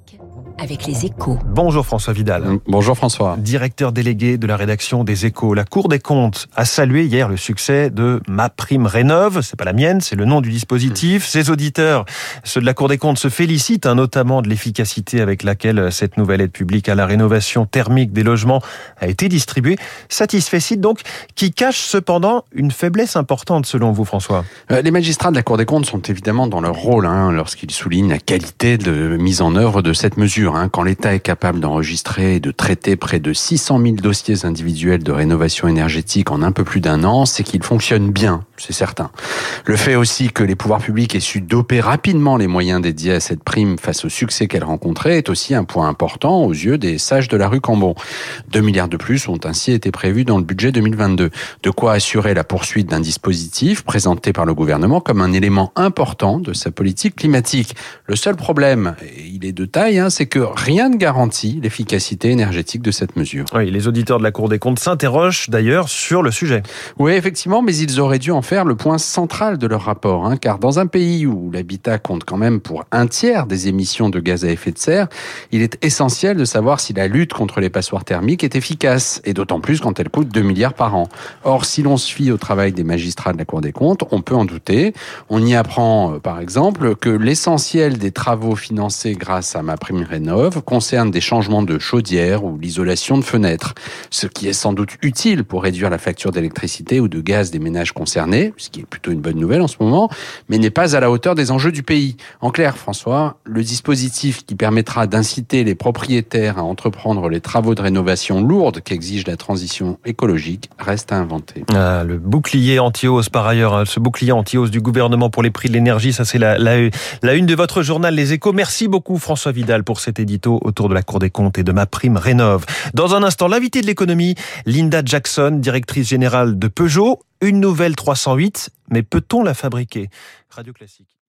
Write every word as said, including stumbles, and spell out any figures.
avec les Échos. Bonjour François Vidal. Bonjour François. Directeur délégué de la rédaction des Échos. La Cour des comptes a salué hier le succès de MaPrimeRénov'. C'est pas la mienne, c'est le nom du dispositif. Ses auditeurs, ceux de la Cour des comptes, se félicitent hein, notamment de l'efficacité avec laquelle cette nouvelle aide publique à la rénovation thermique des logements a été distribuée. Satisfait donc, qui cache cependant une faiblesse importante selon vous François. Euh, les magistrats de la Cour des comptes sont évidemment dans leur rôle hein, lorsqu'ils soulignent la qualité de mise en œuvre de cette mesure. Hein, quand l'État est capable d'enregistrer et de traiter près de six cent mille dossiers individuels de rénovation énergétique en un peu plus d'un an, c'est qu'il fonctionne bien, c'est certain. Le fait aussi que les pouvoirs publics aient su doper rapidement les moyens dédiés à cette prime face au succès qu'elle rencontrait est aussi un point important aux yeux des sages de la rue Cambon. deux milliards de plus ont ainsi été prévus dans le budget deux mille vingt-deux. De quoi assurer la poursuite d'un dispositif présenté par le gouvernement comme un élément important de sa politique climatique. Le seul problème, et il est de taille, hein, c'est que rien ne garantit l'efficacité énergétique de cette mesure. Oui, les auditeurs de la Cour des comptes s'interrogent d'ailleurs sur le sujet. Oui, effectivement, mais ils auraient dû en faire le point central de leur rapport, hein, car dans un pays où l'habitat compte quand même pour un tiers des émissions de gaz à effet de serre, il est essentiel de savoir si la lutte contre les passoires thermiques est efficace, et d'autant plus quand elle coûte deux milliards par an. Or, si l'on se fie au travail des magistrats de la Cour des comptes, on peut en douter. On y apprend, euh, par exemple, que l'essentiel des travaux financés grâce à MaPrimeRénov' concerne des changements de chaudière ou l'isolation de fenêtres, ce qui est sans doute utile pour réduire la facture d'électricité ou de gaz des ménages concernés, ce qui est plutôt une bonne nouvelle en ce moment, mais n'est pas à la hauteur des enjeux du pays. En clair, François, le dispositif qui permettra d'inciter les propriétaires à entreprendre les travaux de rénovation lourdes qu'exige la transition écologique reste à inventer. Ah, le bouclier anti-hausse par ailleurs, hein, ce bouclier anti-hausse du gouvernement pour les prix de l'énergie, ça c'est la, la, la une de votre journal Les Échos. Merci beaucoup François Vidal pour cet édito autour de la Cour des comptes et de MaPrimeRénov'. Dans un instant, l'invité de l'économie, Linda Jackson, directrice générale de Peugeot. Une nouvelle trois cent huit, mais peut-on la fabriquer ? Radio Classique.